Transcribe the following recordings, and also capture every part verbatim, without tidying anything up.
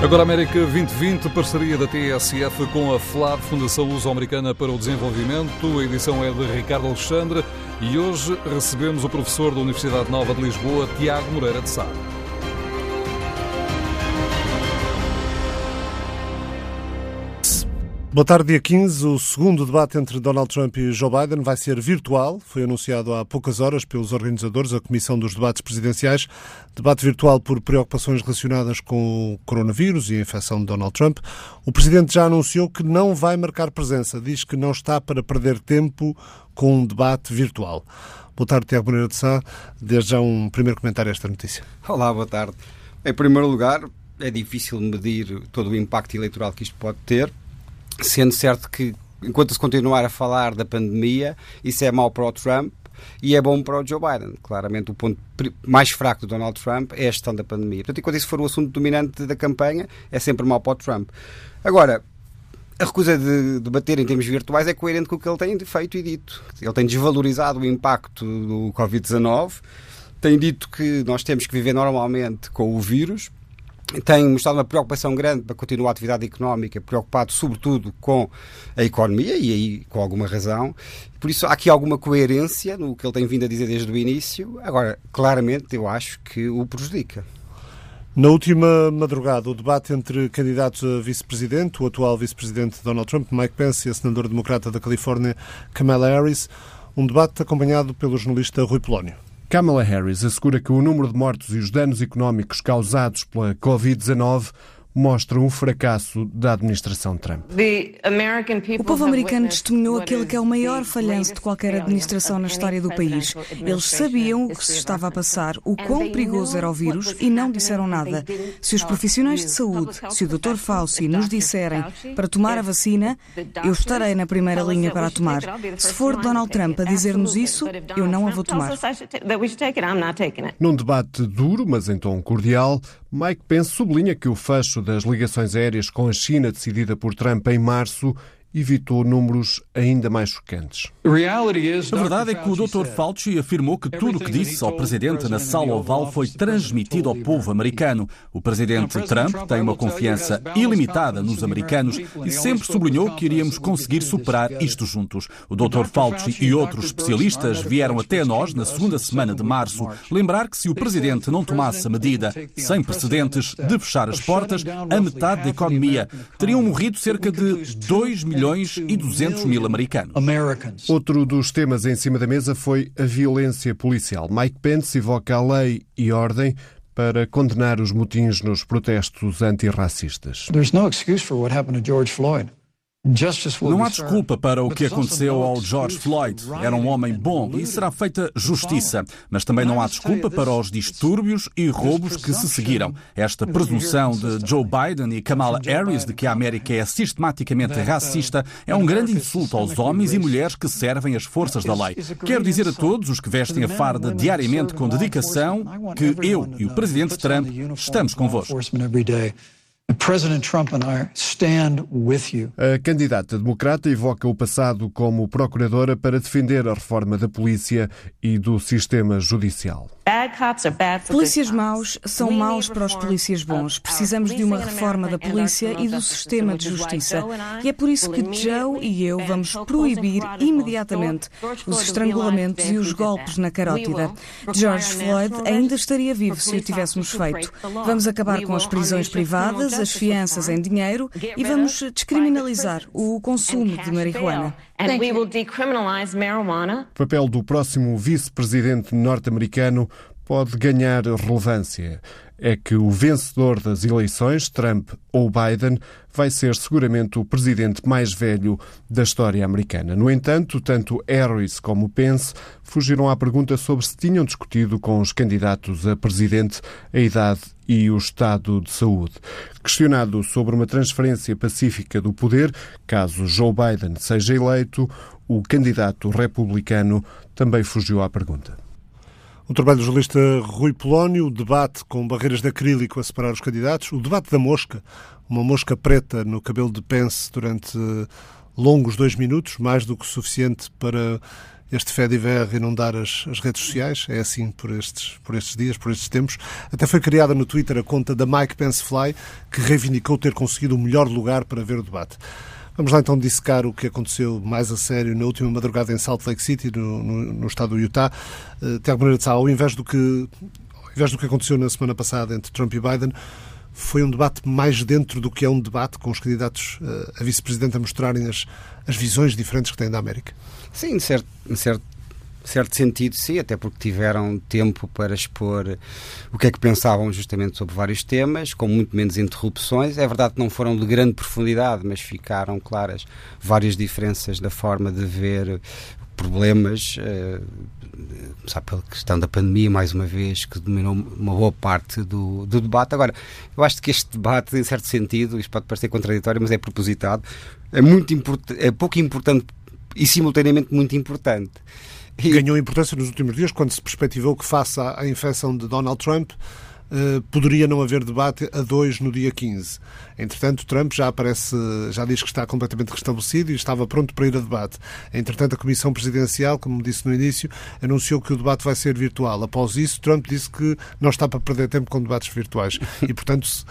Agora América vinte vinte, parceria da T S F com a F L A D, Fundação Luso-Americana para o Desenvolvimento. A edição é de Ricardo Alexandre e hoje recebemos o professor da Universidade Nova de Lisboa, Tiago Moreira de Sá. Boa tarde, dia quinze. O segundo debate entre Donald Trump e Joe Biden vai ser virtual. Foi anunciado há poucas horas pelos organizadores, a Comissão dos Debates Presidenciais. Debate virtual por preocupações relacionadas com o coronavírus e a infecção de Donald Trump. O Presidente já anunciou que não vai marcar presença. Diz que não está para perder tempo com um debate virtual. Boa tarde, Tiago Moreira de Sá. Desde já um primeiro comentário a esta notícia. Olá, boa tarde. Em primeiro lugar, é difícil medir todo o impacto eleitoral que isto pode ter. Sendo certo que, enquanto se continuar a falar da pandemia, isso é mau para o Trump e é bom para o Joe Biden. Claramente, o ponto mais fraco do Donald Trump é a gestão da pandemia. Portanto, enquanto isso for o assunto dominante da campanha, é sempre mau para o Trump. Agora, a recusa de debater em termos virtuais é coerente com o que ele tem feito e dito. Ele tem desvalorizado o impacto do covid dezanove, tem dito que nós temos que viver normalmente com o vírus, tem mostrado uma preocupação grande para continuar a atividade económica, preocupado sobretudo com a economia, e aí com alguma razão. Por isso há aqui alguma coerência no que ele tem vindo a dizer desde o início. Agora, claramente, eu acho que o prejudica. Na última madrugada, o debate entre candidatos a vice-presidente, o atual vice-presidente Donald Trump, Mike Pence, e a senadora democrata da Califórnia, Kamala Harris, um debate acompanhado pelo jornalista Rui Polónio. Kamala Harris assegura que o número de mortos e os danos económicos causados pela covid dezanove mostram o fracasso da administração Trump. O povo americano testemunhou aquele que é o maior falhanço de qualquer administração na história do país. Eles sabiam o que se estava a passar, o quão perigoso era o vírus e não disseram nada. Se os profissionais de saúde, se o doutor Fauci nos disserem para tomar a vacina, eu estarei na primeira linha para a tomar. Se for Donald Trump a dizer-nos isso, eu não a vou tomar. Num debate duro, mas em tom cordial, Mike Pence sublinha que o fecho das ligações aéreas com a China, decidida por Trump em março, evitou números ainda mais chocantes. A verdade é que o doutor Fauci afirmou que tudo o que disse ao Presidente na Sala Oval foi transmitido ao povo americano. O Presidente Trump tem uma confiança ilimitada nos americanos e sempre sublinhou que iríamos conseguir superar isto juntos. O doutor Fauci e outros especialistas vieram até nós na segunda semana de março lembrar que se o Presidente não tomasse a medida sem precedentes de fechar as portas, a metade da economia, teriam morrido cerca de dois milhões e duzentos mil americanos. Outro dos temas em cima da mesa foi a violência policial. Mike Pence evoca a lei e ordem para condenar os motins nos protestos antirracistas. There's no excuse for what happened to George Floyd. Não há desculpa para o que aconteceu ao George Floyd. Era um homem bom e será feita justiça. Mas também não há desculpa para os distúrbios e roubos que se seguiram. Esta presunção de Joe Biden e Kamala Harris de que a América é sistematicamente racista é um grande insulto aos homens e mulheres que servem as forças da lei. Quero dizer a todos os que vestem a farda diariamente com dedicação que eu e o Presidente Trump estamos convosco. President Trump and I stand with you. A candidata democrata evoca o passado como procuradora para defender a reforma da polícia e do sistema judicial. Polícias maus são maus para os polícias bons. Precisamos de uma reforma da polícia e do sistema de justiça. E é por isso que Joe e eu vamos proibir imediatamente os estrangulamentos e os golpes na carótida. George Floyd ainda estaria vivo se o tivéssemos feito. Vamos acabar com as prisões privadas, as fianças em dinheiro e vamos descriminalizar o consumo de marihuana. O papel do próximo vice-presidente norte-americano pode ganhar relevância. É que o vencedor das eleições, Trump ou Biden, vai ser seguramente o presidente mais velho da história americana. No entanto, tanto Harris como Pence fugiram à pergunta sobre se tinham discutido com os candidatos a presidente a idade e o estado de saúde. Questionado sobre uma transferência pacífica do poder, caso Joe Biden seja eleito, o candidato republicano também fugiu à pergunta. O trabalho do jornalista Rui Polónio, o debate com barreiras de acrílico a separar os candidatos, o debate da mosca, uma mosca preta no cabelo de Pence durante longos dois minutos, mais do que suficiente para este Fediver inundar as, as redes sociais. É assim por estes, por estes dias, por estes tempos. Até foi criada no Twitter a conta da Mike Pence Fly, que reivindicou ter conseguido o melhor lugar para ver o debate. Vamos lá então dissecar o que aconteceu mais a sério na última madrugada em Salt Lake City, no, no, no estado do Utah. Uh, Tiago Moreira de Sá, ao invés do que, ao invés do que aconteceu na semana passada entre Trump e Biden, foi um debate mais dentro do que é um debate, com os candidatos uh, a vice-presidente a mostrarem as, as visões diferentes que têm da América. Sim, em certo, em certo, certo sentido, sim, até porque tiveram tempo para expor o que é que pensavam justamente sobre vários temas, com muito menos interrupções. É verdade que não foram de grande profundidade, mas ficaram claras várias diferenças da forma de ver problemas, uh, começar pela questão da pandemia, mais uma vez, que dominou uma boa parte do, do debate. Agora, eu acho que este debate, em certo sentido, isto pode parecer contraditório, mas é propositado, é, muito import- é pouco importante e simultaneamente muito importante. E... ganhou importância nos últimos dias, quando se perspectivou que, face à, à infecção de Donald Trump, Uh, poderia não haver debate a dois no dia quinze. Entretanto, Trump já aparece, já diz que está completamente restabelecido e estava pronto para ir a debate. Entretanto, a Comissão Presidencial, como disse no início, anunciou que o debate vai ser virtual. Após isso, Trump disse que não está para perder tempo com debates virtuais. E, portanto, se,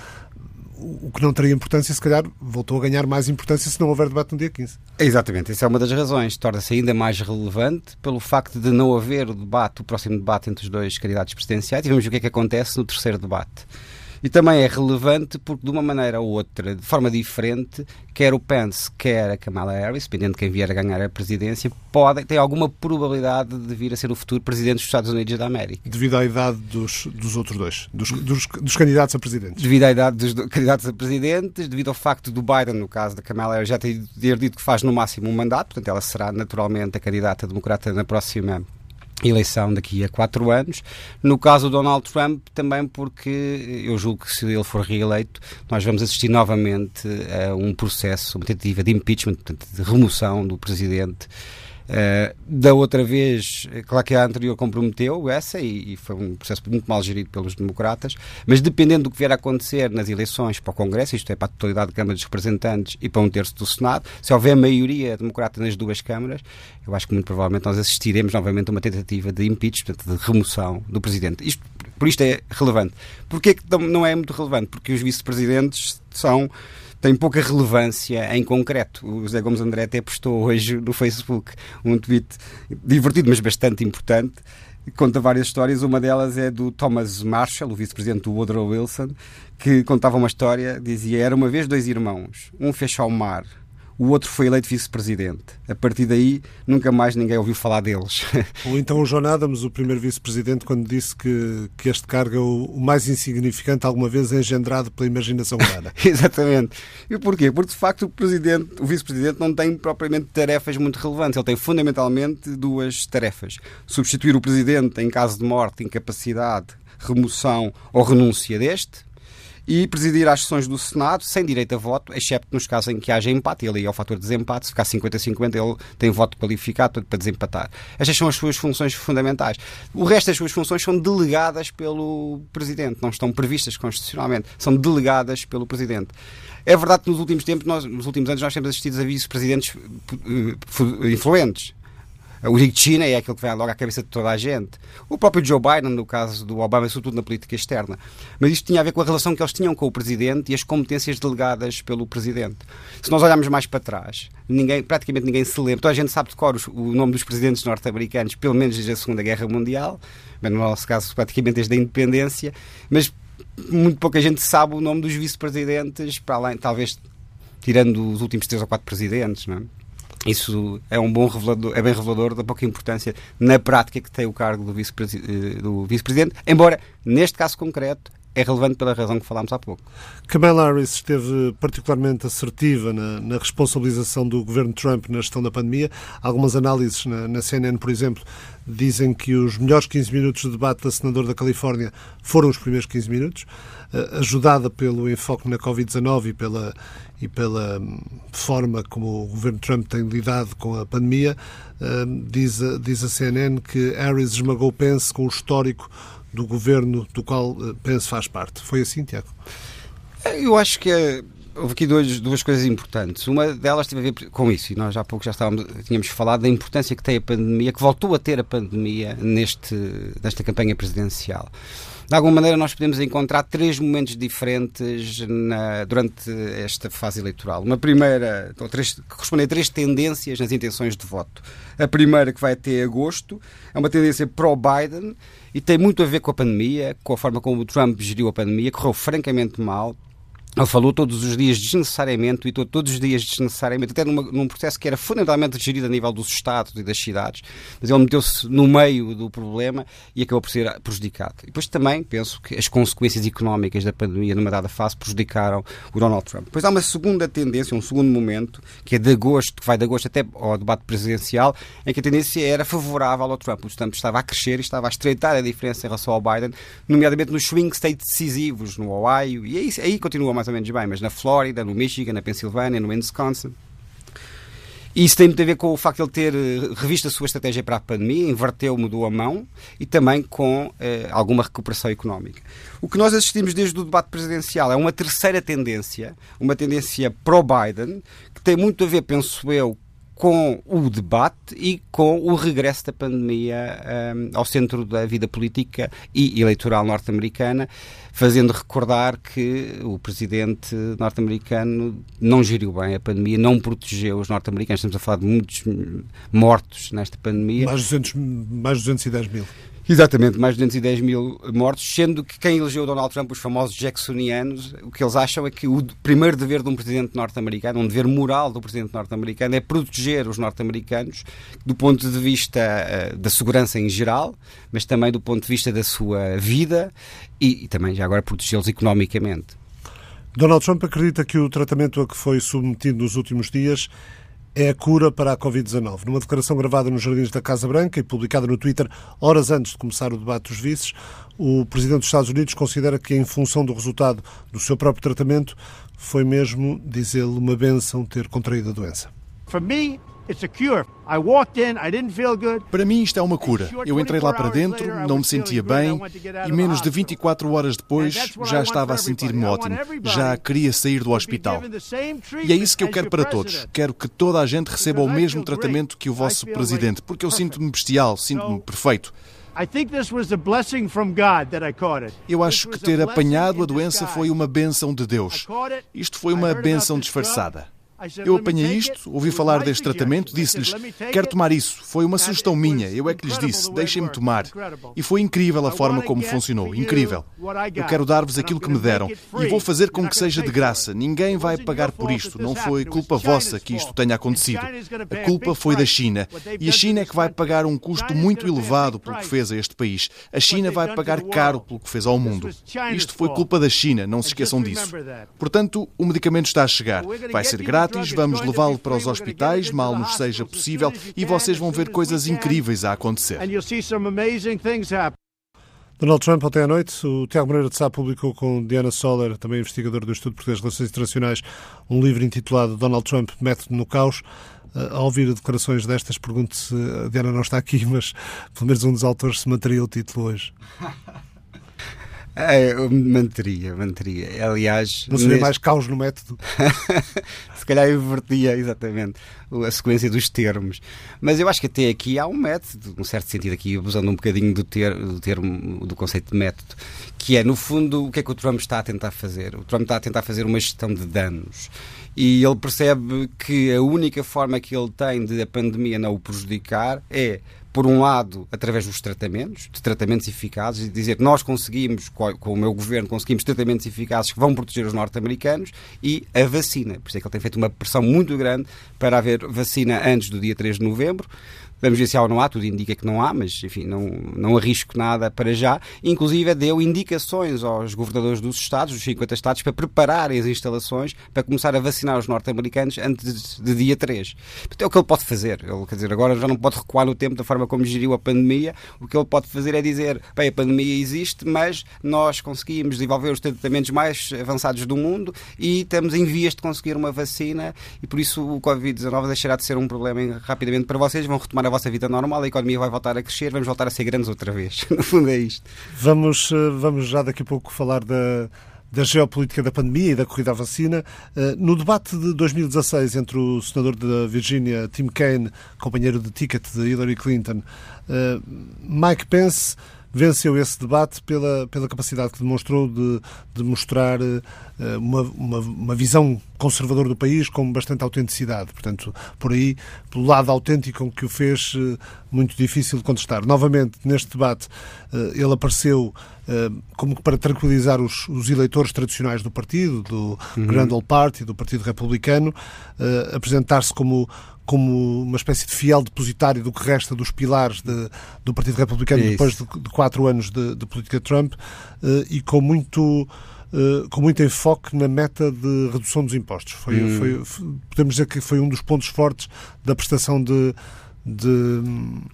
o que não teria importância, se calhar, voltou a ganhar mais importância se não houver debate no dia quinze. Exatamente, essa é uma das razões. Torna-se ainda mais relevante pelo facto de não haver o debate, o próximo debate entre os dois candidatos presidenciais, e vamos ver o que é que acontece no terceiro debate. E também é relevante porque, de uma maneira ou outra, de forma diferente, quer o Pence, quer a Kamala Harris, dependendo de quem vier a ganhar a presidência, podem, têm alguma probabilidade de vir a ser o futuro presidente dos Estados Unidos da América. Devido à idade dos, dos outros dois, dos, dos, dos candidatos a presidentes. Devido à idade dos do, candidatos a presidentes, devido ao facto do Biden, no caso da Kamala Harris, já ter, ter dito que faz no máximo um mandato, portanto ela será naturalmente a candidata democrata na próxima eleição daqui a quatro anos. No caso do Donald Trump, também porque eu julgo que, se ele for reeleito, nós vamos assistir novamente a um processo, uma tentativa de impeachment, portanto, de remoção do presidente. Uh, da outra vez, claro que a anterior comprometeu essa e, e foi um processo muito mal gerido pelos democratas, mas dependendo do que vier a acontecer nas eleições para o Congresso, isto é, para a totalidade da Câmara dos Representantes e para um terço do Senado, se houver maioria democrata nas duas câmaras, eu acho que muito provavelmente nós assistiremos novamente a uma tentativa de impeachment, de remoção do presidente. Isto, por isto é relevante. Porquê que não é muito relevante? Porque os vice-presidentes são... tem pouca relevância em concreto. O José Gomes André até postou hoje no Facebook um tweet divertido, mas bastante importante, que conta várias histórias. Uma delas é do Thomas Marshall, o vice-presidente do Woodrow Wilson, que contava uma história, dizia: era uma vez dois irmãos, um fez ao mar, o outro foi eleito vice-presidente. A partir daí, nunca mais ninguém ouviu falar deles. Ou então o John Adams, o primeiro vice-presidente, quando disse que, que este cargo é o, o mais insignificante alguma vez engendrado pela imaginação humana. Exatamente. E porquê? Porque, de facto, o, presidente, o vice-presidente não tem propriamente tarefas muito relevantes. Ele tem, fundamentalmente, duas tarefas. Substituir o presidente em caso de morte, incapacidade, remoção ou renúncia deste, e presidir às sessões do Senado sem direito a voto, excepto nos casos em que haja empate. Ele é o fator de desempate. Se ficar cinquenta a cinquenta, ele tem voto qualificado para desempatar. Estas são as suas funções fundamentais. O resto das suas funções são delegadas pelo Presidente, não estão previstas constitucionalmente, são delegadas pelo Presidente. É verdade que nos últimos tempos, nós, nos últimos anos, nós temos assistido a vice-presidentes influentes. O Rick Cheney é aquele que vai logo à cabeça de toda a gente. O próprio Joe Biden, no caso do Obama, sobretudo na política externa. Mas isto tinha a ver com a relação que eles tinham com o Presidente e as competências delegadas pelo Presidente. Se nós olharmos mais para trás, ninguém, praticamente ninguém se lembra. Toda a gente sabe de cor o nome dos presidentes norte-americanos, pelo menos desde a Segunda Guerra Mundial, mas no nosso caso praticamente desde a Independência, mas muito pouca gente sabe o nome dos vice-presidentes, para além, talvez, tirando os últimos três ou quatro presidentes, não é? Isso é um bom revelador, é bem revelador da pouca importância na prática que tem o cargo do vice-presidente, do vice-presidente, embora, neste caso concreto, é relevante pela razão que falámos há pouco. Kamala Harris esteve particularmente assertiva na, na responsabilização do governo Trump na gestão da pandemia. Algumas análises na, na C N N, por exemplo, dizem que os melhores quinze minutos de debate da senadora da Califórnia foram os primeiros quinze minutos, ajudada pelo enfoque na covid dezanove e pela, e pela forma como o governo Trump tem lidado com a pandemia. Diz a, diz a C N N que Harris esmagou Pence com o histórico do governo do qual Pence faz parte. Foi assim, Tiago? Eu acho que Houve aqui dois, duas coisas importantes. Uma delas teve a ver com isso, e nós há pouco já estávamos, tínhamos falado da importância que tem a pandemia, que voltou a ter a pandemia neste, nesta campanha presidencial. De alguma maneira nós podemos encontrar três momentos diferentes na, durante esta fase eleitoral. Uma primeira, ou três, que corresponde a três tendências nas intenções de voto. A primeira, que vai até agosto, é uma tendência pró-Biden e tem muito a ver com a pandemia, com a forma como o Trump geriu a pandemia, correu francamente mal. Ele falou todos os dias desnecessariamente, e todos os dias desnecessariamente, até numa, num processo que era fundamentalmente gerido a nível dos Estados e das cidades, mas ele meteu-se no meio do problema e acabou por ser prejudicado. E depois também penso que as consequências económicas da pandemia numa dada fase prejudicaram o Donald Trump. Depois há uma segunda tendência, um segundo momento, que é de agosto, que vai de agosto até ao debate presidencial, em que a tendência era favorável ao Trump. O Trump estava a crescer e estava a estreitar a diferença em relação ao Biden, nomeadamente nos swing states decisivos, no Ohio, e aí, aí continua mais ou menos bem, mas na Flórida, no Michigan, na Pensilvânia, no Wisconsin. E isso tem muito a ver com o facto de ele ter revisto a sua estratégia para a pandemia, inverteu, mudou a mão, e também com eh, alguma recuperação económica. O que nós assistimos desde o debate presidencial é uma terceira tendência, uma tendência pró-Biden, que tem muito a ver, penso eu, com o debate e com o regresso da pandemia um, ao centro da vida política e eleitoral norte-americana, fazendo recordar que o presidente norte-americano não geriu bem a pandemia, não protegeu os norte-americanos. Estamos a falar de muitos mortos nesta pandemia. Mais, duzentos, mais duzentos e dez mil. Exatamente, mais de duzentos e dez mil mortos, sendo que quem elegeu Donald Trump, os famosos jacksonianos, o que eles acham é que o primeiro dever de um presidente norte-americano, um dever moral do presidente norte-americano, é proteger os norte-americanos do ponto de vista uh, da segurança em geral, mas também do ponto de vista da sua vida e, e também já agora protegê-los economicamente. Donald Trump acredita que o tratamento a que foi submetido nos últimos dias é a cura para a covid dezanove. Numa declaração gravada nos jardins da Casa Branca e publicada no Twitter horas antes de começar o debate dos vices, o Presidente dos Estados Unidos considera que, em função do resultado do seu próprio tratamento, foi mesmo, diz ele, uma bênção ter contraído a doença. For me, it's a cure. I walked in, I didn't feel good. Para mim isto é uma cura. Eu entrei lá para dentro, não me sentia bem e menos de vinte e quatro horas depois já estava a sentir-me ótimo. Já queria sair do hospital. E é isso que eu quero para todos. Quero que toda a gente receba o mesmo tratamento que o vosso presidente, porque eu sinto-me bestial, sinto-me perfeito. Eu acho que ter apanhado a doença foi uma bênção de Deus. Isto foi uma bênção disfarçada. Eu apanhei isto, ouvi falar deste tratamento, disse-lhes, quero tomar isso. Foi uma sugestão minha, eu é que lhes disse, deixem-me tomar. E foi incrível a forma como funcionou, incrível. Eu quero dar-vos aquilo que me deram e vou fazer com que seja de graça. Ninguém vai pagar por isto, não foi culpa vossa que isto tenha acontecido. A culpa foi da China. E a China é que vai pagar um custo muito elevado pelo que fez a este país. A China vai pagar caro pelo que fez ao mundo. Isto foi culpa da China, não se esqueçam disso. Portanto, o medicamento está a chegar. Vai ser grátis. Vamos levá-lo para os hospitais, mal nos seja possível, e vocês vão ver coisas incríveis a acontecer. Donald Trump, ontem à noite, o Tiago Moreira de Sá publicou com Diana Soller, também investigador do Instituto Português de Relações Internacionais, um livro intitulado Donald Trump, Método no Caos. Ao ouvir declarações destas, pergunto se a Diana não está aqui, mas pelo menos um dos autores se manteria o título hoje. É, eu manteria, manteria. Aliás, não seria neste... mais caos no método? Se calhar eu invertia exatamente a sequência dos termos. Mas eu acho que até aqui há um método, num certo sentido, aqui abusando um bocadinho do, ter, do termo, do conceito de método, que é, no fundo, o que é que o Trump está a tentar fazer? O Trump está a tentar fazer uma gestão de danos. E ele percebe que a única forma que ele tem de a pandemia não o prejudicar é, por um lado, através dos tratamentos, de tratamentos eficazes, e dizer que nós conseguimos, com o meu governo, conseguimos tratamentos eficazes que vão proteger os norte-americanos, e a vacina. Por isso é que ele tem feito uma pressão muito grande para haver vacina antes do dia três de novembro. Vamos ver se há ou não há, tudo indica que não há, mas enfim, não, não arrisco nada para já. Inclusive deu indicações aos governadores dos estados, dos cinquenta estados, para prepararem as instalações para começar a vacinar os norte-americanos antes de, de dia três. Portanto, é o que ele pode fazer. Ele, quer dizer, agora já não pode recuar no tempo da forma como geriu a pandemia. O que ele pode fazer é dizer, bem, a pandemia existe, mas nós conseguimos desenvolver os tratamentos mais avançados do mundo e estamos em vias de conseguir uma vacina e por isso o covid dezanove deixará de ser um problema rapidamente para vocês, vão retomar a vossa vida normal, a economia vai voltar a crescer, vamos voltar a ser grandes outra vez. No fundo é isto. Vamos, vamos já daqui a pouco falar da, da geopolítica da pandemia e da corrida à vacina. No debate de dois mil e dezasseis entre o senador da Virgínia, Tim Kaine, companheiro de ticket de Hillary Clinton, Mike Pence venceu esse debate pela, pela capacidade que demonstrou de, de mostrar uh, uma, uma, uma visão conservadora do país com bastante autenticidade. Portanto, por aí, pelo lado autêntico que o fez uh, muito difícil de contestar. Novamente, neste debate, uh, ele apareceu uh, como que para tranquilizar os, os eleitores tradicionais do partido, do uhum. Grand Old Party, do Partido Republicano, uh, apresentar-se como como uma espécie de fiel depositário do que resta dos pilares de, do Partido Republicano Isso. depois de, de quatro anos de, de política Trump, uh, e com muito, uh, com muito enfoque na meta de redução dos impostos. Foi, hum. foi, foi, podemos dizer que foi um dos pontos fortes da prestação de, de,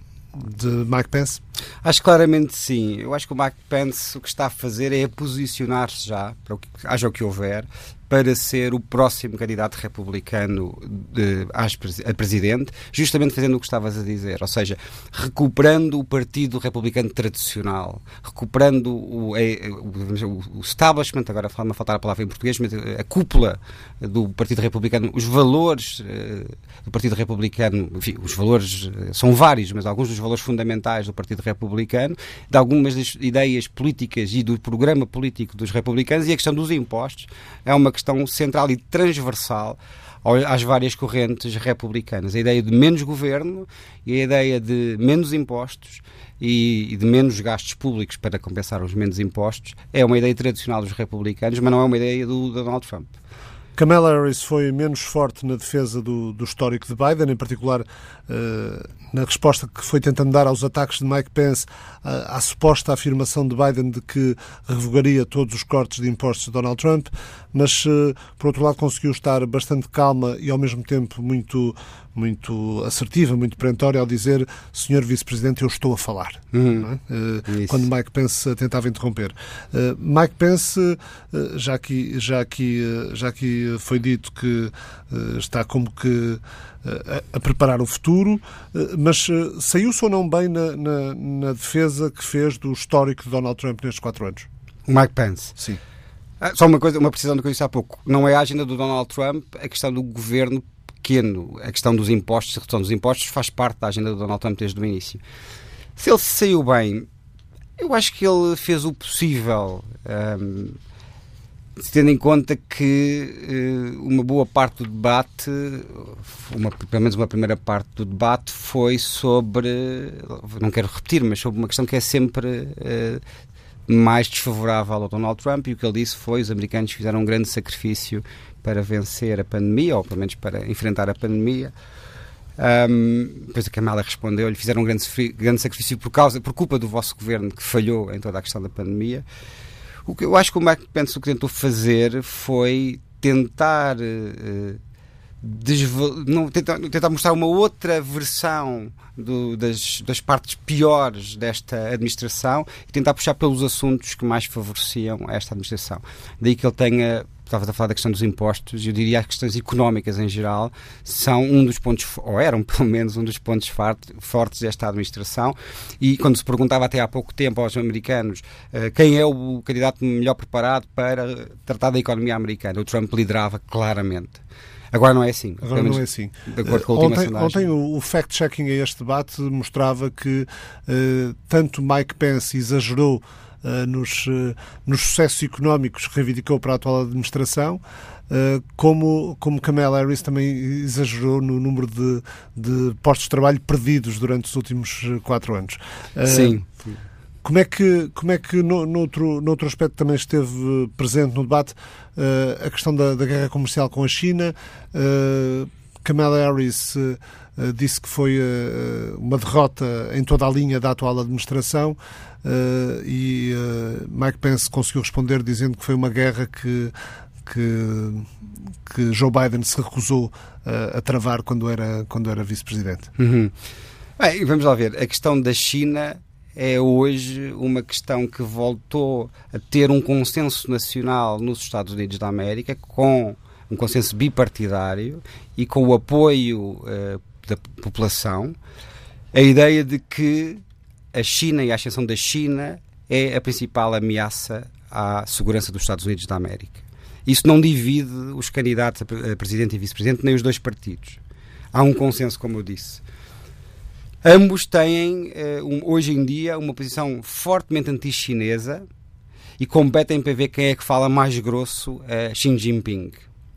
de Mike Pence? Acho claramente sim. Eu acho que o Mike Pence o que está a fazer é posicionar-se já, para o que, haja o que houver, para ser o próximo candidato republicano de, a presidente, justamente fazendo o que estavas a dizer, ou seja, recuperando o Partido Republicano tradicional, recuperando o, o, o establishment, agora fala-me a faltar a palavra em português, mas a cúpula do Partido Republicano, os valores uh, do Partido Republicano, enfim, os valores uh, são vários, mas alguns dos valores fundamentais do Partido Republicano, de algumas das ideias políticas e do programa político dos republicanos, e a questão dos impostos é uma questão central e transversal às várias correntes republicanas. A ideia de menos governo e a ideia de menos impostos e de menos gastos públicos para compensar os menos impostos é uma ideia tradicional dos republicanos, mas não é uma ideia do Donald Trump. Kamala Harris foi menos forte na defesa do, do histórico de Biden, em particular uh, na resposta que foi tentando dar aos ataques de Mike Pence, uh, à suposta afirmação de Biden de que revogaria todos os cortes de impostos de Donald Trump, mas, uh, por outro lado, conseguiu estar bastante calma e, ao mesmo tempo, muito, muito assertiva, muito perentória, ao dizer: senhor Vice-Presidente, eu estou a falar. Uhum. Não é? uh, quando Mike Pence tentava interromper. Uh, Mike Pence, uh, já aqui, já aqui, uh, já aqui foi dito que uh, está como que uh, a, a preparar o futuro, uh, mas uh, saiu-se ou não bem na, na, na defesa que fez do histórico de Donald Trump nestes quatro anos? O Mike Pence? Sim. Ah, só uma coisa, uma precisão do que eu disse há pouco. Não é a agenda do Donald Trump a questão do governo pequeno, a questão dos impostos, a redução dos impostos faz parte da agenda do Donald Trump desde o início. Se ele saiu bem, eu acho que ele fez o possível, um, tendo em conta que uh, uma boa parte do debate, uma, pelo menos uma primeira parte do debate, foi sobre, não quero repetir, mas sobre uma questão que é sempre uh, mais desfavorável ao Donald Trump, e o que ele disse foi: os americanos fizeram um grande sacrifício para vencer a pandemia, ou pelo menos para enfrentar a pandemia. Um, depois a Kamala respondeu-lhe: fizeram um grande, grande sacrifício por, causa, por culpa do vosso governo, que falhou em toda a questão da pandemia. O que eu acho que o Mike Pence o que tentou fazer foi tentar, uh, desval- não, tentar, tentar mostrar uma outra versão do, das, das partes piores desta administração e tentar puxar pelos assuntos que mais favoreciam esta administração. Daí que ele tenha... Estavas a falar da questão dos impostos, eu diria que as questões económicas em geral são um dos pontos, ou eram pelo menos um dos pontos fortes desta administração, e quando se perguntava até há pouco tempo aos americanos uh, quem é o candidato melhor preparado para tratar da economia americana, o Trump liderava claramente. Agora não é assim. Agora não é assim. De acordo com a última ontem, sondagem. Ontem o, o fact-checking a este debate mostrava que uh, tanto Mike Pence exagerou Uh, nos, uh, nos sucessos económicos que reivindicou para a atual administração, uh, como, como Kamala Harris também exagerou no número de, de postos de trabalho perdidos durante os últimos quatro anos. Uh, Sim. Como é que, como é que no, noutro, noutro aspecto também esteve presente no debate uh, a questão da, da guerra comercial com a China? Uh, Kamala Harris uh, uh, disse que foi uh, uma derrota em toda a linha da atual administração, uh, e uh, Mike Pence conseguiu responder dizendo que foi uma guerra que, que, que Joe Biden se recusou uh, a travar quando era, quando era vice-presidente. Uhum. Bem, vamos lá ver. A questão da China é hoje uma questão que voltou a ter um consenso nacional nos Estados Unidos da América, com um consenso bipartidário e com o apoio uh, da população, a ideia de que a China e a ascensão da China é a principal ameaça à segurança dos Estados Unidos da América. Isso não divide os candidatos a presidente e vice-presidente, nem os dois partidos. Há um consenso, como eu disse. Ambos têm, hoje em dia, uma posição fortemente anti-chinesa e competem para ver quem é que fala mais grosso, a Xi Jinping.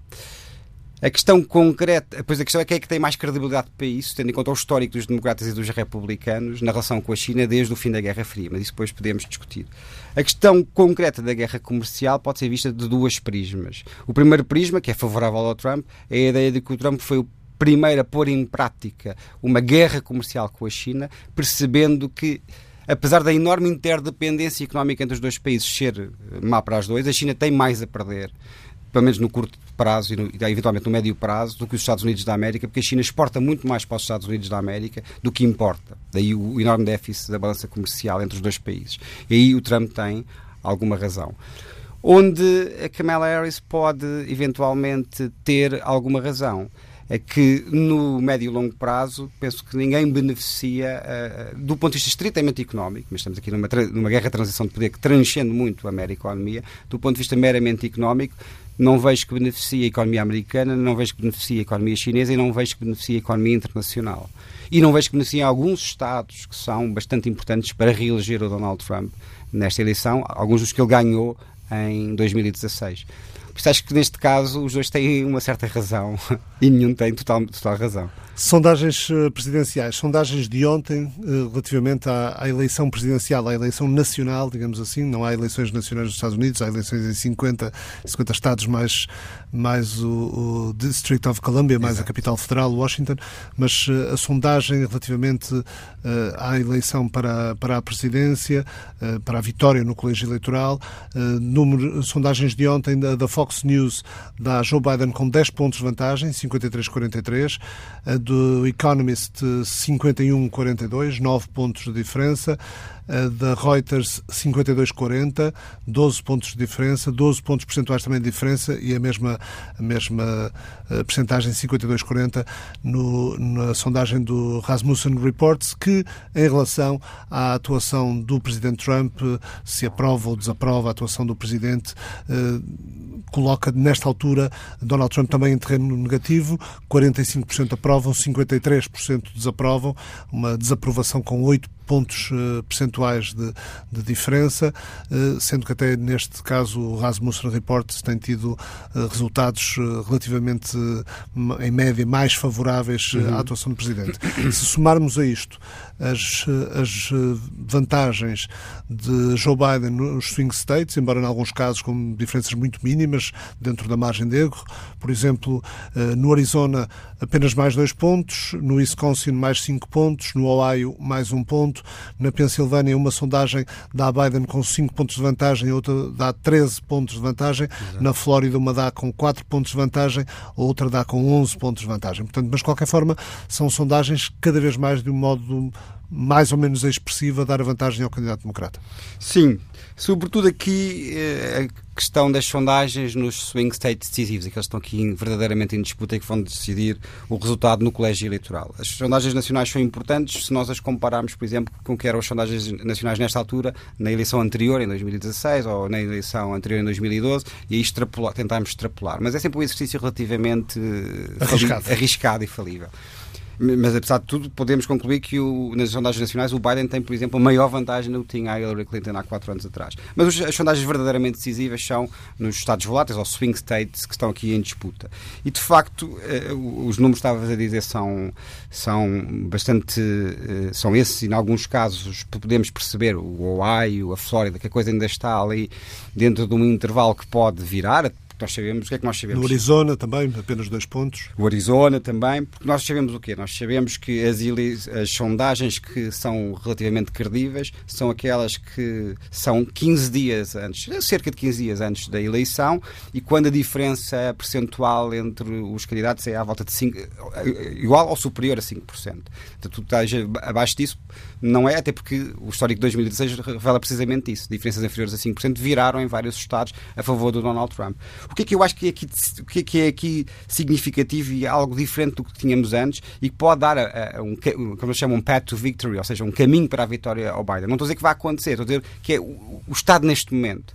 A questão concreta, pois a questão é quem é que tem mais credibilidade para isso, tendo em conta o histórico dos democratas e dos republicanos na relação com a China desde o fim da Guerra Fria, mas isso depois podemos discutir. A questão concreta da guerra comercial pode ser vista de duas prismas. O primeiro prisma, que é favorável ao Trump, é a ideia de que o Trump foi o primeiro a pôr em prática uma guerra comercial com a China, percebendo que, apesar da enorme interdependência económica entre os dois países ser má para as dois, a China tem mais a perder, pelo menos no curto prazo e, no, e eventualmente no médio prazo, do que os Estados Unidos da América, porque a China exporta muito mais para os Estados Unidos da América do que importa. Daí o, o enorme déficit da balança comercial entre os dois países. E aí o Trump tem alguma razão. Onde a Kamala Harris pode eventualmente ter alguma razão é que no médio e longo prazo penso que ninguém beneficia uh, do ponto de vista estritamente económico, mas estamos aqui numa, numa guerra de transição de poder que transcende muito a mera economia, do ponto de vista meramente económico, não vejo que beneficie a economia americana, não vejo que beneficie a economia chinesa e não vejo que beneficie a economia internacional. E não vejo que beneficie alguns Estados que são bastante importantes para reeleger o Donald Trump nesta eleição, alguns dos que ele ganhou em dois mil e dezasseis. Por isso acho que neste caso os dois têm uma certa razão e nenhum tem total, total razão. Sondagens presidenciais, sondagens de ontem relativamente à, à eleição presidencial, à eleição nacional, digamos assim, não há eleições nacionais nos Estados Unidos, há eleições em cinquenta, cinquenta estados, mais, mais o, o District of Columbia, mais Exato. A capital federal, Washington, mas a sondagem relativamente uh, à eleição para, para a presidência, uh, para a vitória no colégio eleitoral, uh, número, sondagens de ontem da, da Fox News dá Joe Biden com dez pontos de vantagem, cinquenta e três a quarenta e três, a do Economist cinquenta e um a quarenta e dois, nove pontos de diferença, a da Reuters cinquenta e dois a quarenta, doze pontos de diferença, doze pontos percentuais também de diferença e a mesma, a mesma a percentagem cinquenta e dois a quarenta no, na sondagem do Rasmussen Reports, que em relação à atuação do Presidente Trump, se aprova ou desaprova a atuação do Presidente, eh, coloca nesta altura Donald Trump também em terreno negativo, quarenta e cinco por cento aprovam, cinquenta e três por cento desaprovam, uma desaprovação com oito pontos uh, percentuais de, de diferença, uh, sendo que até neste caso o Rasmussen Reports tem tido uh, resultados uh, relativamente, uh, em média, mais favoráveis uh, uhum. à atuação do Presidente. Se somarmos a isto as, as vantagens de Joe Biden nos swing states, embora em alguns casos com diferenças muito mínimas dentro da margem de erro, por exemplo, uh, no Arizona apenas mais dois pontos, no Wisconsin mais cinco pontos, no Ohio mais um ponto, na Pensilvânia uma sondagem dá Biden com cinco pontos de vantagem, outra dá treze pontos de vantagem, Exato. Na Flórida uma dá com quatro pontos de vantagem, outra dá com onze pontos de vantagem. Portanto, mas de qualquer forma são sondagens cada vez mais de um modo mais ou menos expressivo a dar a vantagem ao candidato democrata. Sim, sobretudo aqui a questão das sondagens nos swing states decisivos, aqueles que estão aqui verdadeiramente em disputa e que vão decidir o resultado no colégio eleitoral. As sondagens nacionais são importantes se nós as compararmos, por exemplo, com o que eram as sondagens nacionais nesta altura, na eleição anterior, em dois mil e dezasseis, ou na eleição anterior, em dois mil e doze, e aí extrapolar, tentarmos extrapolar. Mas é sempre um exercício relativamente arriscado, fali- arriscado e falível. Mas, apesar de tudo, podemos concluir que o, nas sondagens nacionais o Biden tem, por exemplo, a maior vantagem do que tinha a Hillary Clinton há quatro anos atrás. Mas os, as sondagens verdadeiramente decisivas são nos estados voláteis, ou swing states, que estão aqui em disputa. E, de facto, eh, os números, estavas a dizer, são, são bastante... Eh, são esses, e, em alguns casos, podemos perceber o Ohio, a Flórida, que a coisa ainda está ali dentro de um intervalo que pode virar. Nós sabemos, o que é que nós sabemos? No Arizona também, apenas dois pontos. O Arizona também, porque nós sabemos o quê? Nós sabemos que as, as sondagens que são relativamente credíveis são aquelas que são quinze dias antes, cerca de quinze dias antes da eleição, e quando a diferença percentual entre os candidatos é à volta de cinco, igual ou superior a cinco por cento. Então, tu estás abaixo disso, não é, até porque o histórico de dois mil e dezasseis revela precisamente isso. Diferenças inferiores a cinco por cento viraram em vários estados a favor do Donald Trump. O que é que eu acho que é aqui, o que é que é aqui significativo e algo diferente do que tínhamos antes e que pode dar a, a um, como eles chamam, um path to victory, ou seja, um caminho para a vitória ao Biden. Não estou a dizer que vai acontecer, estou a dizer que é o, o estado neste momento.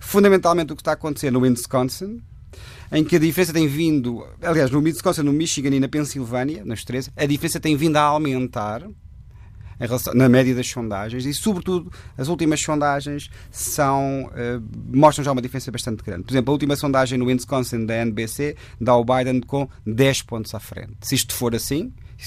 Fundamentalmente o que está a acontecer no Wisconsin, em que a diferença tem vindo, aliás, no Wisconsin, no Michigan e na Pensilvânia, nas três, a diferença tem vindo a aumentar em relação, na média das sondagens, e sobretudo as últimas sondagens são, uh, mostram já uma diferença bastante grande. Por exemplo, a última sondagem no Wisconsin da N B C dá o Biden com dez pontos à frente. Se isto for assim,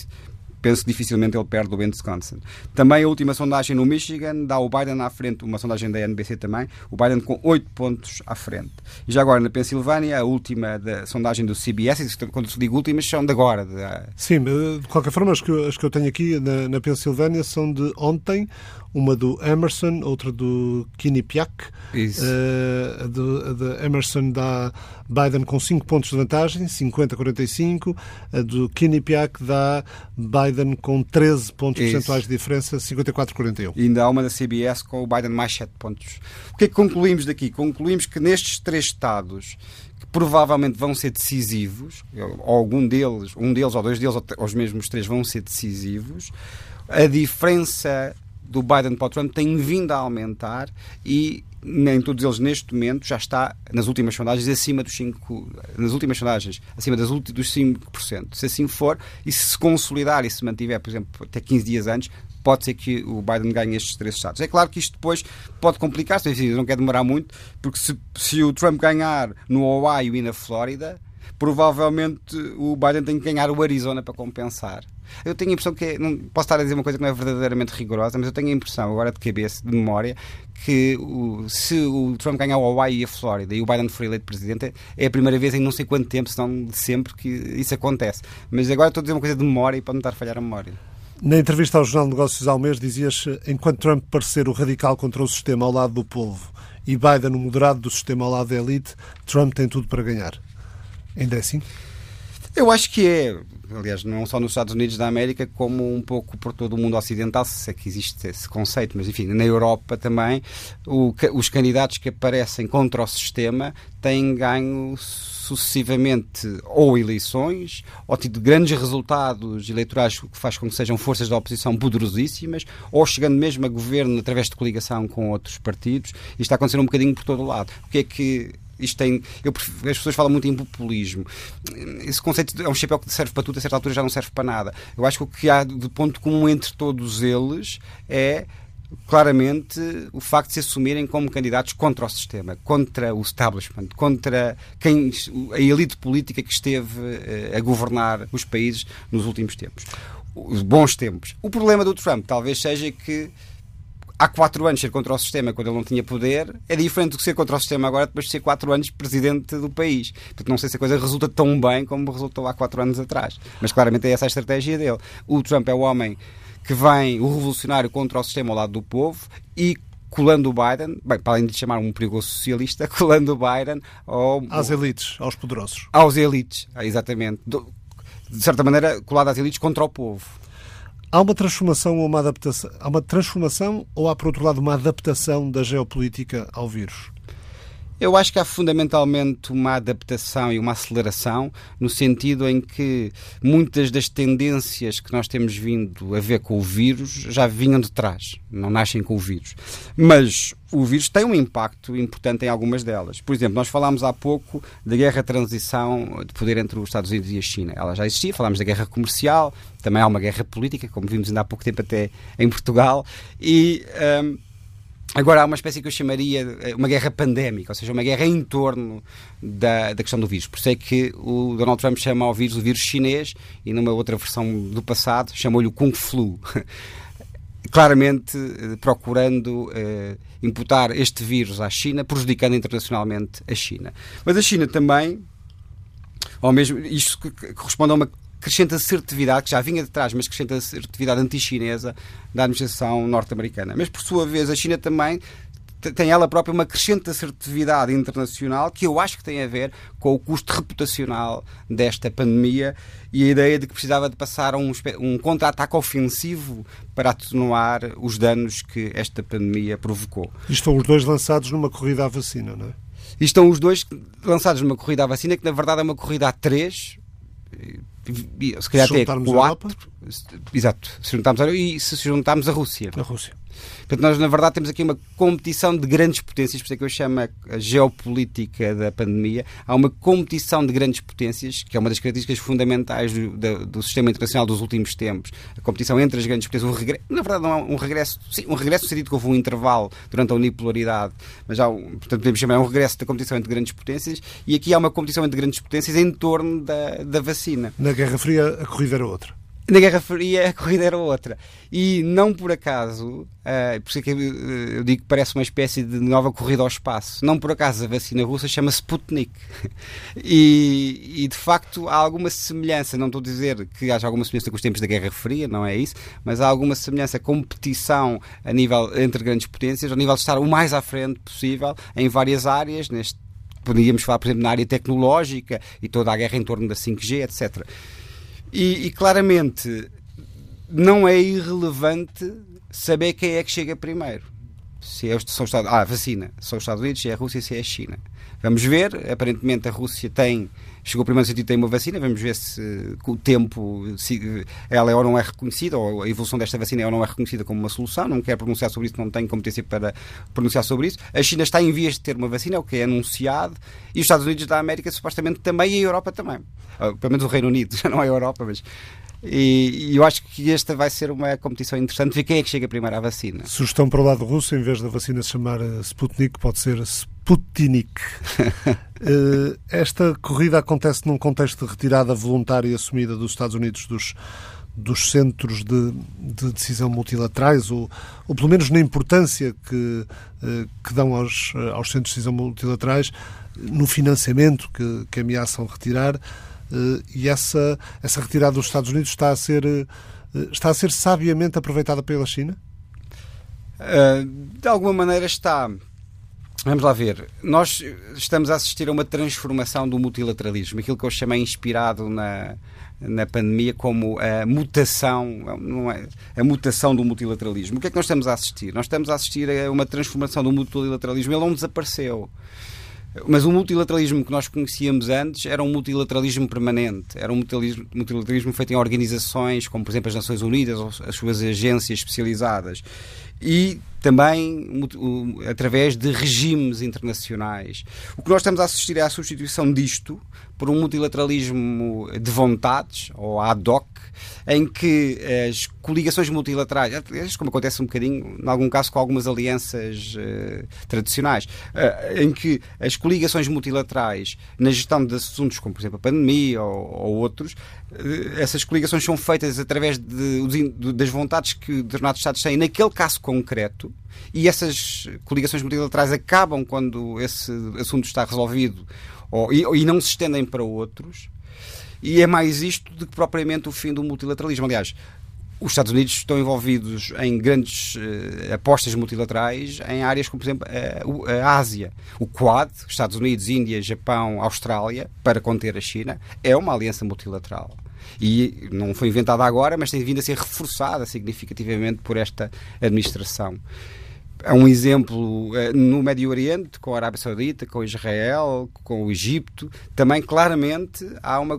penso que dificilmente ele perde o Wisconsin. Também a última sondagem no Michigan dá o Biden à frente, uma sondagem da N B C também, o Biden com oito pontos à frente. E já agora na Pensilvânia, a última da sondagem do C B S, quando se digo últimas, são de agora. De... Sim, de qualquer forma, as que eu, as que eu tenho aqui na, na Pensilvânia são de ontem, uma do Emerson, outra do Quinnipiac. Isso. Uh, a, de, a de Emerson dá Biden com cinco pontos de vantagem, cinquenta a quarenta e cinco. A do Quinnipiac dá Biden com treze pontos Isso. percentuais de diferença, cinquenta e quatro a quarenta e um. E ainda há uma da C B S com o Biden mais sete pontos. O que é que concluímos daqui? Concluímos que nestes três estados, que provavelmente vão ser decisivos, ou algum deles, um deles ou dois deles, ou os mesmos três vão ser decisivos, a diferença do Biden para o Trump tem vindo a aumentar e nem todos eles neste momento já está nas últimas sondagens acima dos cinco por cento, nas últimas sondagens acima das, dos cinco por cento. Se assim for e se se consolidar e se mantiver, por exemplo, até quinze dias antes, pode ser que o Biden ganhe estes três estados. É claro que isto depois pode complicar-se, não quer demorar muito, porque se, se o Trump ganhar no Ohio e na Flórida, provavelmente o Biden tem que ganhar o Arizona para compensar. Eu tenho a impressão que, não posso estar a dizer uma coisa que não é verdadeiramente rigorosa, mas eu tenho a impressão, agora de cabeça, de memória, que o, se o Trump ganhar o Hawaii e a Flórida e o Biden for eleito presidente, é a primeira vez em não sei quanto tempo, se não de sempre, que isso acontece. Mas agora estou a dizer uma coisa de memória e pode-me estar a falhar a memória. Na entrevista ao Jornal de Negócios ao mês, dizias, enquanto Trump parecer o radical contra o sistema ao lado do povo e Biden o moderado do sistema ao lado da elite, Trump tem tudo para ganhar. Ainda é assim? Eu acho que é, aliás, não só nos Estados Unidos da América, como um pouco por todo o mundo ocidental, se é que existe esse conceito, mas enfim, na Europa também, o, os candidatos que aparecem contra o sistema têm ganho sucessivamente ou eleições, ou tido grandes resultados eleitorais que faz com que sejam forças da oposição poderosíssimas, ou chegando mesmo a governo através de coligação com outros partidos. Isto está a acontecer um bocadinho por todo o lado. O que é que isto tem... Eu, as pessoas falam muito em populismo. Esse conceito é um chapéu que serve para tudo, a certa altura já não serve para nada. Eu acho que o que há de ponto comum entre todos eles é claramente o facto de se assumirem como candidatos contra o sistema, contra o establishment, contra quem, a elite política que esteve a governar os países nos últimos tempos. Os bons tempos. O problema do Trump talvez seja que há quatro anos ser contra o sistema quando ele não tinha poder é diferente do que ser contra o sistema agora depois de ser quatro anos presidente do país. Portanto, não sei se a coisa resulta tão bem como resultou há quatro anos atrás. Mas claramente é essa a estratégia dele. O Trump é o homem que vem, o revolucionário contra o sistema ao lado do povo e colando o Biden, bem, para além de chamar um perigoso socialista, colando o Biden ao, às elites, aos poderosos. Aos elites, exatamente. De certa maneira, colado às elites contra o povo. Há uma transformação ou uma adaptação? Há uma transformação ou há, por outro lado, uma adaptação da geopolítica ao vírus? Eu acho que há fundamentalmente uma adaptação e uma aceleração no sentido em que muitas das tendências que nós temos vindo a ver com o vírus já vinham de trás, não nascem com o vírus. Mas o vírus tem um impacto importante em algumas delas. Por exemplo, nós falámos há pouco da guerra de transição de poder entre os Estados Unidos e a China. Ela já existia, falámos da guerra comercial, também há uma guerra política, como vimos ainda há pouco tempo até em Portugal, e... Um, agora há uma espécie que eu chamaria uma guerra pandémica, ou seja, uma guerra em torno da, da questão do vírus. Por isso é que o Donald Trump chama ao vírus o vírus chinês e numa outra versão do passado chamou-lhe o Kung Flu. Claramente procurando uh, imputar este vírus à China, prejudicando internacionalmente a China. Mas a China também, ou mesmo isto que corresponde a uma crescente assertividade, que já vinha de trás, mas crescente assertividade anti-chinesa da administração norte-americana. Mas, por sua vez, a China também tem ela própria uma crescente assertividade internacional que eu acho que tem a ver com o custo reputacional desta pandemia e a ideia de que precisava de passar a um, um contra-ataque ofensivo para atenuar os danos que esta pandemia provocou. E estão os dois lançados numa corrida à vacina, não é? E estão os dois lançados numa corrida à vacina que, na verdade, é uma corrida a três... se calhar se até juntarmos quatro, a Europa? Exato, se juntarmos a, e se juntarmos a Rússia. A Rússia. Portanto, nós, na verdade, temos aqui uma competição de grandes potências, por isso é que eu chamo a geopolítica da pandemia. Há uma competição de grandes potências, que é uma das características fundamentais do, do, do sistema internacional dos últimos tempos. A competição entre as grandes potências. Um regresso, na verdade, não é um regresso, sim, um regresso no sentido que houve um intervalo durante a unipolaridade, mas há, um, portanto, podemos chamar um regresso da competição entre grandes potências, e aqui há uma competição entre grandes potências em torno da, da vacina. Na Guerra Fria, a corrida era outra. Na Guerra Fria a corrida era outra. E não por acaso, uh, por isso é que eu, eu digo que parece uma espécie de nova corrida ao espaço, não por acaso a vacina russa chama-se Sputnik. E, e de facto há alguma semelhança, não estou a dizer que haja alguma semelhança com os tempos da Guerra Fria, não é isso, mas há alguma semelhança, competição a nível, entre grandes potências, ao nível de estar o mais à frente possível em várias áreas, neste, podíamos falar, por exemplo, na área tecnológica e toda a guerra em torno da cinco G, etcétera. E, e claramente não é irrelevante saber quem é que chega primeiro. Se é, são os Estados, ah, a vacina, são os Estados Unidos, se é a Rússia, se é a China. Vamos ver, aparentemente a Rússia tem, chegou primeiro no sentido de ter uma vacina, vamos ver se com o tempo se ela é ou não é reconhecida, ou a evolução desta vacina é ou não é reconhecida como uma solução. Não quero pronunciar sobre isso, não tenho competência para pronunciar sobre isso. A China está em vias de ter uma vacina, é o que é anunciado, e os Estados Unidos da América supostamente também, e a Europa também. Pelo menos o Reino Unido, já não é a Europa, mas... E, e eu acho que esta vai ser uma competição interessante, ver quem é que chega primeiro à vacina. Sugestão para o lado russo, em vez da vacina se chamar Sputnik, pode ser Sputnik. uh, esta corrida acontece num contexto de retirada voluntária e assumida dos Estados Unidos dos, dos centros de, de decisão multilaterais, ou, ou pelo menos na importância que, uh, que dão aos, aos centros de decisão multilaterais, no financiamento que, que ameaçam retirar. Uh, e essa, essa retirada dos Estados Unidos está a ser, uh, está a ser sabiamente aproveitada pela China? Uh, de alguma maneira está. Vamos lá ver. Nós estamos a assistir a uma transformação do multilateralismo, aquilo que eu chamei inspirado na, na pandemia como a mutação, não é, a mutação do multilateralismo. O que é que nós estamos a assistir? Nós estamos a assistir a uma transformação do multilateralismo. Ele não desapareceu. Mas o multilateralismo que nós conhecíamos antes era um multilateralismo permanente, era um multilateralismo, multilateralismo feito em organizações, como por exemplo as Nações Unidas ou as suas agências especializadas, e também através de regimes internacionais. O que nós estamos a assistir é a substituição disto por um multilateralismo de vontades, ou ad hoc, em que as coligações multilaterais, como acontece um bocadinho, em algum caso com algumas alianças uh, tradicionais, uh, em que as coligações multilaterais na gestão de assuntos como, por exemplo, a pandemia ou, ou outros, uh, essas coligações são feitas através de, de, das vontades que determinados Estados têm naquele caso concreto, e essas coligações multilaterais acabam quando esse assunto está resolvido ou, e, e não se estendem para outros. E é mais isto do que propriamente o fim do multilateralismo. Aliás, os Estados Unidos estão envolvidos em grandes uh, apostas multilaterais em áreas como, por exemplo, a, a Ásia. O Quad, Estados Unidos, Índia, Japão, Austrália, para conter a China, é uma aliança multilateral. E não foi inventada agora, mas tem vindo a ser reforçada significativamente por esta administração. Há um exemplo uh, no Médio Oriente, com a Arábia Saudita, com Israel, com o Egito. Também, claramente, há uma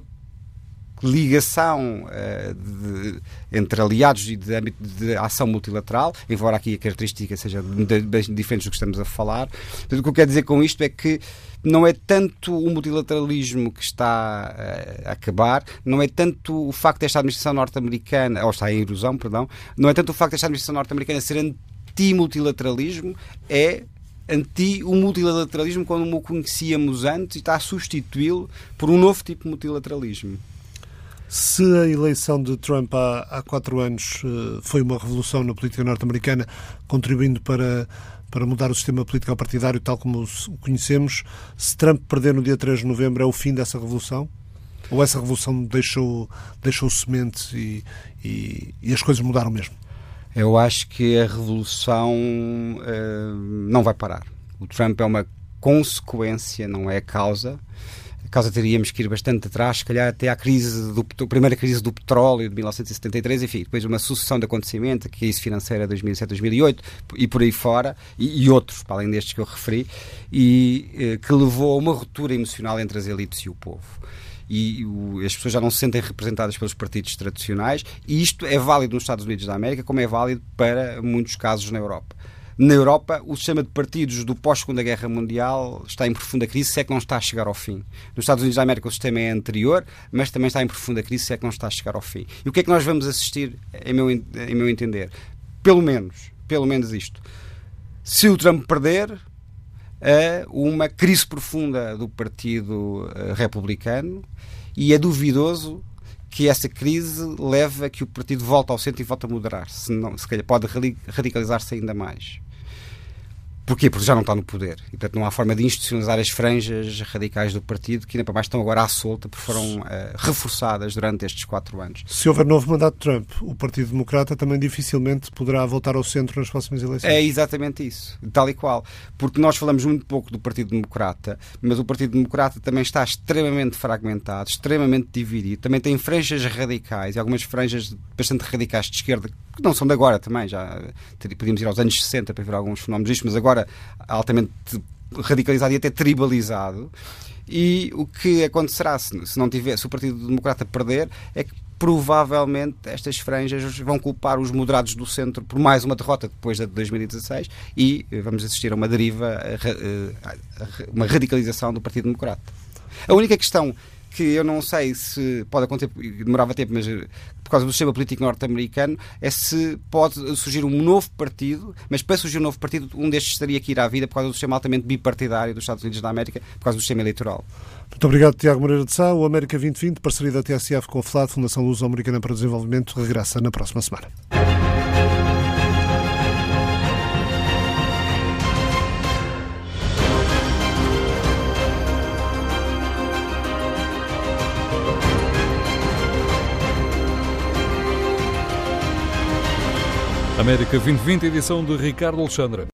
ligação uh, de, entre aliados e de âmbito de ação multilateral, embora aqui a característica seja bem diferente do que estamos a falar. Então, o que eu quero dizer com isto é que não é tanto o multilateralismo que está uh, a acabar, não é tanto o facto desta administração norte-americana, ou está em erosão, perdão, não é tanto o facto desta administração norte-americana ser anti-multilateralismo, é anti o multilateralismo como o conhecíamos antes, e está a substituí-lo por um novo tipo de multilateralismo. Se a eleição de Trump há, há quatro anos uh, foi uma revolução na política norte-americana, contribuindo para, para mudar o sistema político partidário tal como o conhecemos, se Trump perder no dia três de novembro é o fim dessa revolução? Ou essa revolução deixou, deixou sementes e, e, e as coisas mudaram mesmo? Eu acho que a revolução uh, não vai parar. O Trump é uma consequência, não é a causa. A causa teríamos que ir bastante atrás, se calhar até à crise do, a primeira crise do petróleo de mil novecentos e setenta e três, enfim, depois uma sucessão de acontecimentos, a crise financeira de dois mil e sete, dois mil e oito e por aí fora, e, e outros, para além destes que eu referi, e eh, que levou a uma ruptura emocional entre as elites e o povo. e o, as pessoas já não se sentem representadas pelos partidos tradicionais, e isto é válido nos Estados Unidos da América, como é válido para muitos casos na Europa. Na Europa, o sistema de partidos do pós-Segunda Guerra Mundial está em profunda crise, se é que não está a chegar ao fim. Nos Estados Unidos da América o sistema é anterior, mas também está em profunda crise, se é que não está a chegar ao fim. E o que é que nós vamos assistir, em meu, em meu entender? Pelo menos, pelo menos isto. Se o Trump perder, a uma crise profunda do Partido Republicano, e é duvidoso que essa crise leve a que o partido volte ao centro e volte a moderar-se. Se, não, se calhar pode radicalizar-se ainda mais. Porquê? Porque já não está no poder. E, portanto, não há forma de institucionalizar as franjas radicais do partido, que ainda para mais estão agora à solta, porque foram uh, reforçadas durante estes quatro anos. Se houver novo mandato de Trump, o Partido Democrata também dificilmente poderá voltar ao centro nas próximas eleições. É exatamente isso, tal e qual. Porque nós falamos muito pouco do Partido Democrata, mas o Partido Democrata também está extremamente fragmentado, extremamente dividido. Também tem franjas radicais, e algumas franjas bastante radicais de esquerda, que não são de agora também, já podíamos ir aos anos sessenta para ver alguns fenómenos disto, mas agora altamente radicalizado e até tribalizado. E o que acontecerá se, se não tiver, se o Partido Democrata perder, é que provavelmente estas franjas vão culpar os moderados do centro por mais uma derrota depois da de dois mil e dezasseis, e vamos assistir a uma deriva, a, a, a, uma radicalização do Partido Democrata. A única questão que eu não sei se pode acontecer, demorava tempo, mas por causa do sistema político norte-americano, é se pode surgir um novo partido, mas para surgir um novo partido, um destes teria que ir à vida por causa do sistema altamente bipartidário dos Estados Unidos da América, por causa do sistema eleitoral. Muito obrigado, Tiago Moreira de Sá. O América vinte vinte, parceria da T S F com a FLAD, Fundação Luso-Americana para o Desenvolvimento, regressa na próxima semana. América vinte vinte, edição de Ricardo Alexandre.